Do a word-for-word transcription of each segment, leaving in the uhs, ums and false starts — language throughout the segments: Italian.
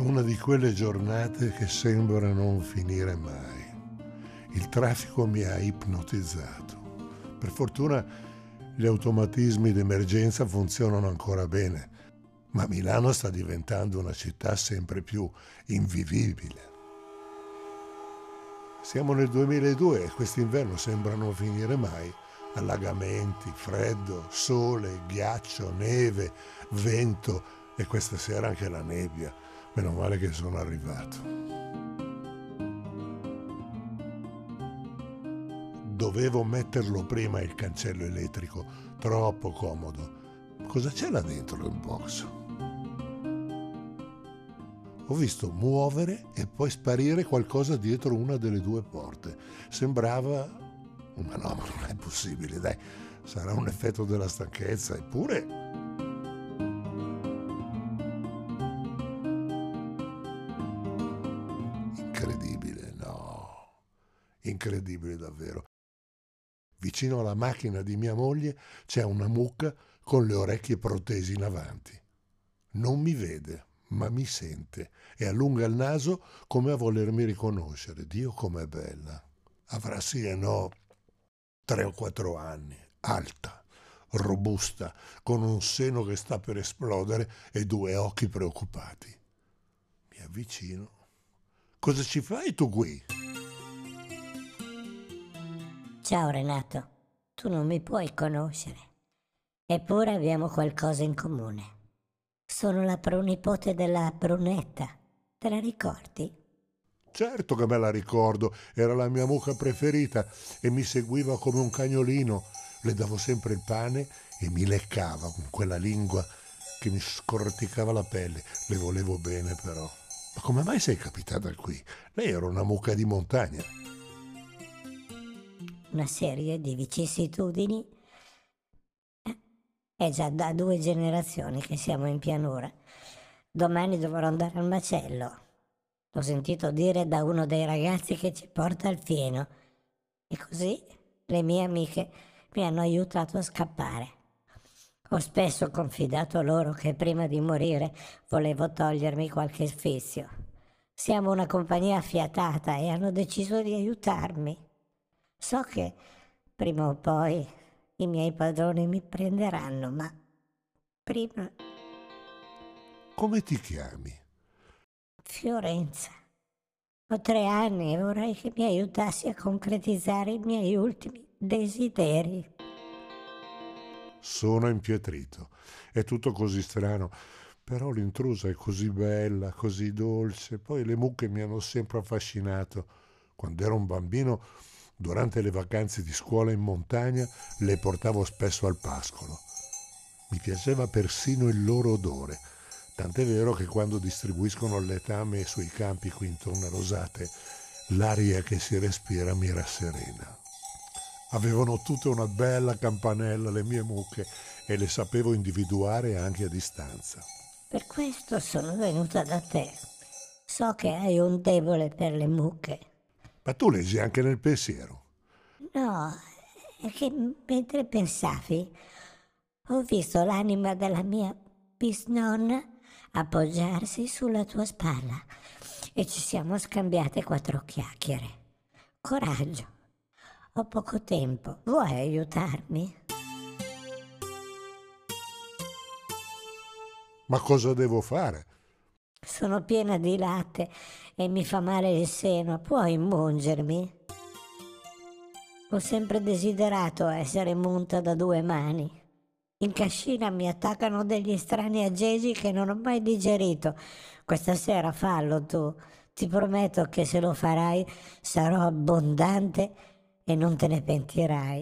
una di quelle giornate che sembra non finire mai. Il traffico mi ha ipnotizzato. Per fortuna gli automatismi d'emergenza funzionano ancora bene, ma Milano sta diventando una città sempre più invivibile. Siamo nel duemiladue e quest'inverno sembra non finire mai. Allagamenti, freddo, sole, ghiaccio, neve, vento e questa sera anche la nebbia. Meno male che sono arrivato. Dovevo metterlo prima il cancello elettrico, troppo comodo. Cosa c'è là dentro nel box? Ho visto muovere e poi sparire qualcosa dietro una delle due porte. Sembrava... Ma no, ma non è possibile, dai. Sarà un effetto della stanchezza, eppure... Incredibile, no. Incredibile davvero. Vicino alla macchina di mia moglie c'è una mucca con le orecchie protesi in avanti. Non mi vede, ma mi sente e allunga il naso come a volermi riconoscere. Dio, com'è bella. Avrà sì e no tre o quattro anni, alta, robusta, con un seno che sta per esplodere e due occhi preoccupati. Mi avvicino. Cosa ci fai tu qui? Ciao Renato, tu non mi puoi conoscere, eppure abbiamo qualcosa in comune. Sono la pronipote della Brunetta, te la ricordi? Certo che me la ricordo, era la mia mucca preferita e mi seguiva come un cagnolino. Le davo sempre il pane e mi leccava con quella lingua che mi scorticava la pelle. Le volevo bene però. Ma come mai sei capitata qui? Lei era una mucca di montagna. Una serie di vicissitudini. Eh, È già da due generazioni che siamo in pianura. Domani dovrò andare al macello. L'ho sentito dire da uno dei ragazzi che ci porta il fieno. E così le mie amiche mi hanno aiutato a scappare. Ho spesso confidato loro che prima di morire volevo togliermi qualche sfizio. Siamo una compagnia affiatata e hanno deciso di aiutarmi. So che prima o poi i miei padroni mi prenderanno, ma prima... Come ti chiami? Fiorenza. Ho tre anni e vorrei che mi aiutassi a concretizzare i miei ultimi desideri. Sono impietrito. È tutto così strano. Però l'intrusa è così bella, così dolce. Poi le mucche mi hanno sempre affascinato. Quando ero un bambino, durante le vacanze di scuola in montagna, le portavo spesso al pascolo. Mi piaceva persino il loro odore. Tant'è vero che quando distribuiscono il letame sui campi qui intorno a Rosate, l'aria che si respira mi rasserena. Avevano tutta una bella campanella le mie mucche e le sapevo individuare anche a distanza. Per questo sono venuta da te. So che hai un debole per le mucche. Ma tu leggi anche nel pensiero. No, è che mentre pensavi, ho visto l'anima della mia bisnonna appoggiarsi sulla tua spalla e ci siamo scambiate quattro chiacchiere. Coraggio, ho poco tempo, vuoi aiutarmi? Ma cosa devo fare? Sono piena di latte e mi fa male il seno, puoi mungermi? Ho sempre desiderato essere munta da due mani. In cascina mi attaccano degli strani aggegi che non ho mai digerito. Questa sera fallo tu. Ti prometto che se lo farai sarò abbondante e non te ne pentirai.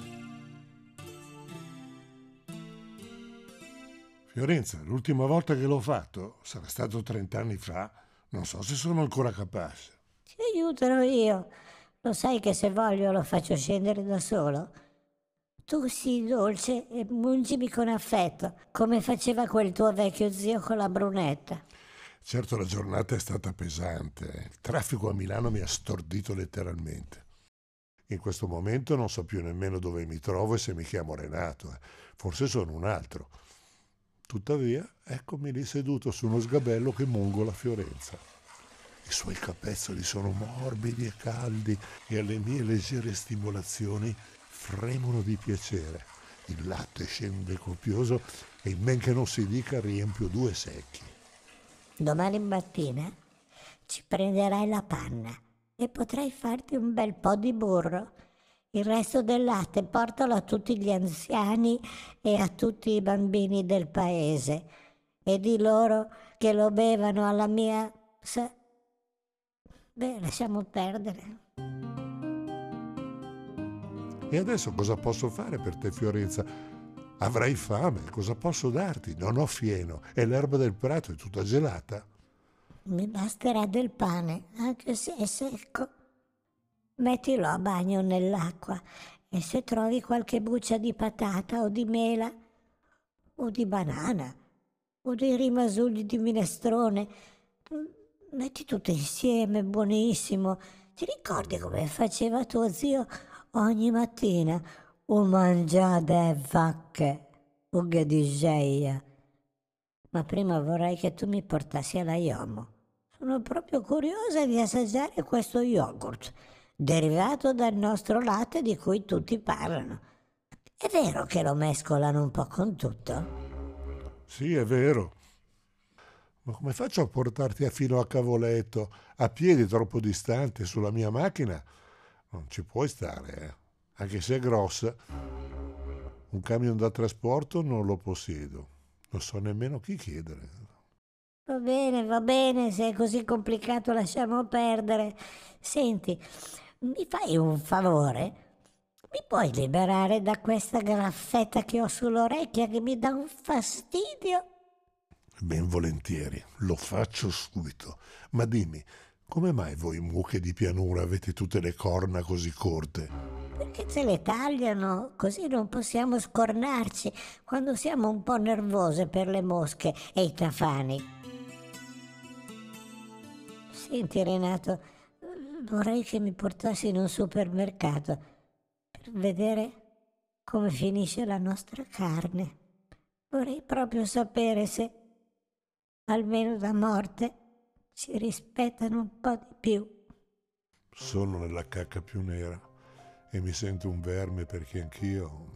Fiorenza, l'ultima volta che l'ho fatto sarà stato trent'anni fa. Non so se sono ancora capace. Ti aiuterò io. Lo sai che se voglio lo faccio scendere da solo. Tu sii dolce e mungimi con affetto, come faceva quel tuo vecchio zio con la Brunetta. Certo la giornata è stata pesante. Il traffico a Milano mi ha stordito letteralmente. In questo momento non so più nemmeno dove mi trovo e se mi chiamo Renato. Forse sono un altro. Tuttavia, eccomi lì seduto su uno sgabello che mongola Fiorenza. I suoi capezzoli sono morbidi e caldi e alle mie leggere stimolazioni fremono di piacere. Il latte scende copioso e in men che non si dica riempio due secchi. Domani mattina ci prenderai la panna e potrai farti un bel po' di burro. Il resto del latte portalo a tutti gli anziani e a tutti i bambini del paese e di loro che lo bevano alla mia... sa- Beh, lasciamo perdere. E adesso cosa posso fare per te, Fiorenza? Avrai fame, cosa posso darti? Non ho fieno e l'erba del prato è tutta gelata. Mi basterà del pane, anche se è secco. Mettilo a bagno nell'acqua e se trovi qualche buccia di patata o di mela o di banana o dei rimasugli di minestrone, metti tutto insieme, buonissimo. Ti ricordi come faceva tuo zio ogni mattina? O mangiate vacche, o che diceia. Ma prima vorrei che tu mi portassi alla Iomo. Sono proprio curiosa di assaggiare questo yogurt, derivato dal nostro latte di cui tutti parlano. È vero che lo mescolano un po' con tutto? Sì, è vero. Ma come faccio a portarti a fino a Cavoletto, a piedi troppo distante, sulla mia macchina? Non ci puoi stare, eh. Anche se è grossa. Un camion da trasporto non lo possiedo. Non so nemmeno chi chiedere. Va bene, va bene, se è così complicato lasciamo perdere. Senti, mi fai un favore? Mi puoi liberare da questa graffetta che ho sull'orecchia che mi dà un fastidio? Ben volentieri, lo faccio subito. Ma dimmi, come mai voi mucche di pianura avete tutte le corna così corte? Perché ce le tagliano, così non possiamo scornarci quando siamo un po' nervose per le mosche e i tafani. Senti Renato, vorrei che mi portassi in un supermercato per vedere come finisce la nostra carne. Vorrei proprio sapere se, almeno da morte, ci rispettano un po' di più. Sono nella cacca più nera e mi sento un verme perché anch'io...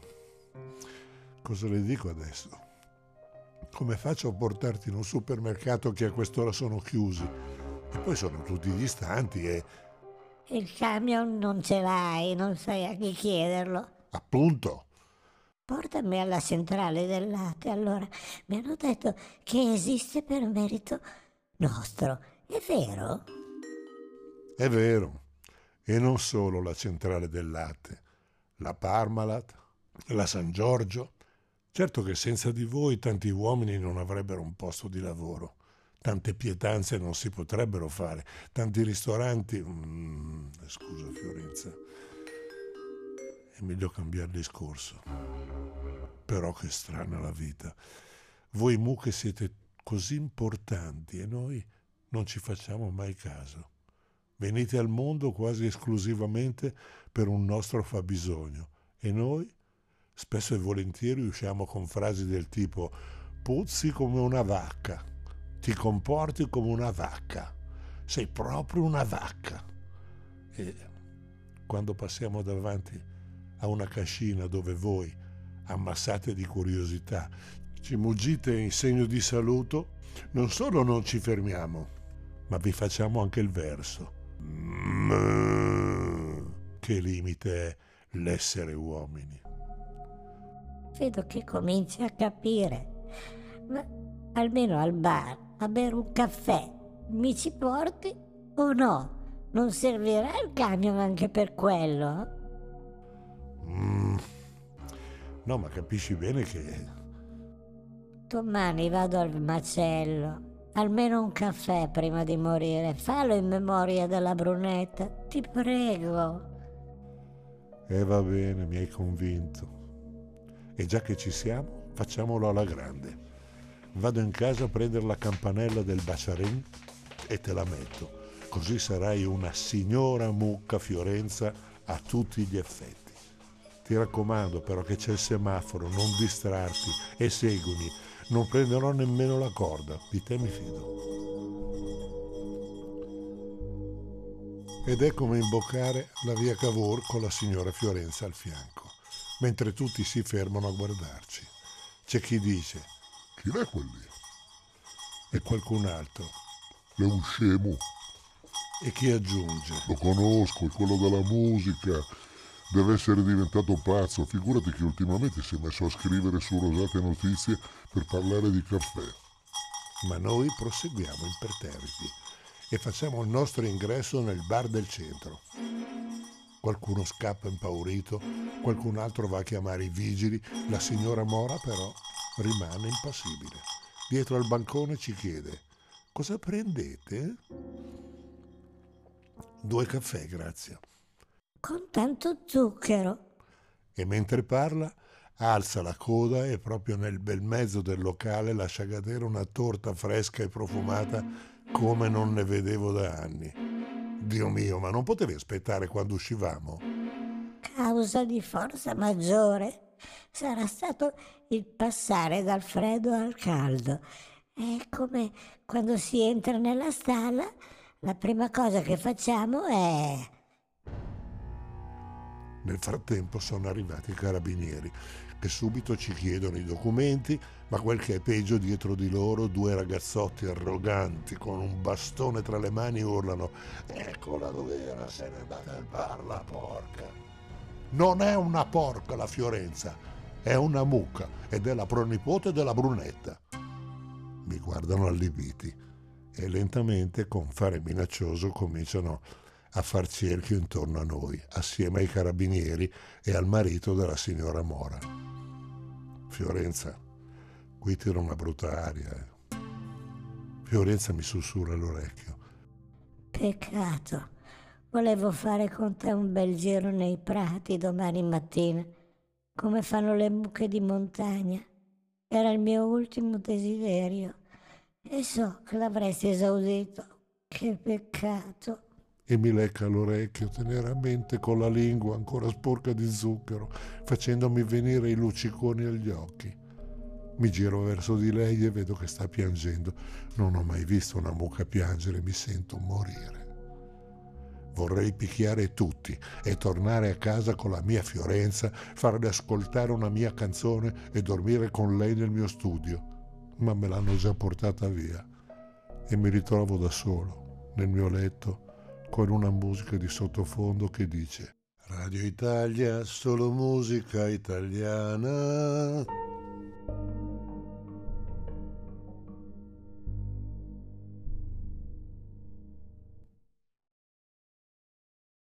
Cosa le dico adesso? Come faccio a portarti in un supermercato che a quest'ora sono chiusi? E poi sono tutti distanti e... Il camion non ce l'hai, non sai a chi chiederlo. Appunto! Portami alla centrale del latte, allora. Mi hanno detto che esiste per merito nostro. È vero? È vero. E non solo la centrale del latte, la Parmalat, la San Giorgio. Certo che senza di voi tanti uomini non avrebbero un posto di lavoro. Tante pietanze non si potrebbero fare, tanti ristoranti... Mm, scusa Fiorenza, è meglio cambiare discorso. Però che strana la vita. Voi mucche siete così importanti e noi non ci facciamo mai caso. Venite al mondo quasi esclusivamente per un nostro fabbisogno e noi spesso e volentieri usciamo con frasi del tipo puzzi come una vacca, ti comporti come una vacca, sei proprio una vacca. E quando passiamo davanti a una cascina dove voi, ammassate di curiosità, ci muggite in segno di saluto, non solo non ci fermiamo, ma vi facciamo anche il verso. Che limite è l'essere uomini. Vedo che cominci a capire. Ma almeno al bar, a bere un caffè, mi ci porti o no? Non servirà il camion anche per quello? Mm. No, ma capisci bene che... Domani vado al macello. Almeno un caffè prima di morire. Fallo in memoria della brunetta. Ti prego. E va bene, mi hai convinto. E già che ci siamo, facciamolo alla grande. Vado in casa a prendere la campanella del Baciarin e te la metto. Così sarai una signora mucca Fiorenza a tutti gli effetti. Ti Ti raccomando però che c'è il semaforo, non distrarti e seguimi. Non prenderò nemmeno la corda, di te mi fido. Ed è come imboccare la via Cavour con la signora Fiorenza al fianco, mentre tutti si fermano a guardarci. C'è chi dice: Chi è quel lì? e qualcun altro, È un scemo. e chi aggiunge: Lo conosco, è quello della musica. Deve essere diventato pazzo. Figurati che ultimamente si è messo a scrivere su Rosate Notizie per parlare di caffè. ma noi proseguiamo imperterriti e facciamo il nostro ingresso nel bar del centro. Qualcuno scappa impaurito, qualcun altro va a chiamare i vigili, la signora Mora però rimane impassibile. Dietro al bancone ci chiede: cosa prendete? Due caffè, grazie. Con tanto zucchero. E mentre parla alza la coda e proprio nel bel mezzo del locale lascia cadere una torta fresca e profumata come non ne vedevo da anni. Dio mio, ma non potevi aspettare quando uscivamo? Causa di forza maggiore. Sarà stato il passare dal freddo al caldo. È come quando si entra nella stalla, la prima cosa che facciamo è... Nel frattempo sono arrivati i carabinieri, che subito ci chiedono i documenti, ma quel che è peggio, dietro di loro due ragazzotti arroganti con un bastone tra le mani urlano: eccola dove era, se n'è andata al bar la porca. Non è una porca la Fiorenza, è una mucca ed è la pronipote della Brunetta. Mi guardano allibiti e lentamente, con fare minaccioso, cominciano a far cerchio intorno a noi, assieme ai carabinieri e al marito della signora Mora. Fiorenza, qui tira una brutta aria. Eh. Fiorenza mi sussurra all'orecchio: Peccato. Volevo fare con te un bel giro nei prati domani mattina, come fanno le mucche di montagna. Era il mio ultimo desiderio e so che l'avresti esaudito. Che peccato. e mi lecca l'orecchio teneramente con la lingua ancora sporca di zucchero, facendomi venire i lucciconi agli occhi. Mi giro verso di lei e vedo che sta piangendo. Non ho mai visto una mucca piangere, mi sento morire. Vorrei picchiare tutti e tornare a casa con la mia Fiorenza, farle ascoltare una mia canzone e dormire con lei nel mio studio, ma me l'hanno già portata via e mi ritrovo da solo nel mio letto con una musica di sottofondo che dice: Radio Italia, solo musica italiana.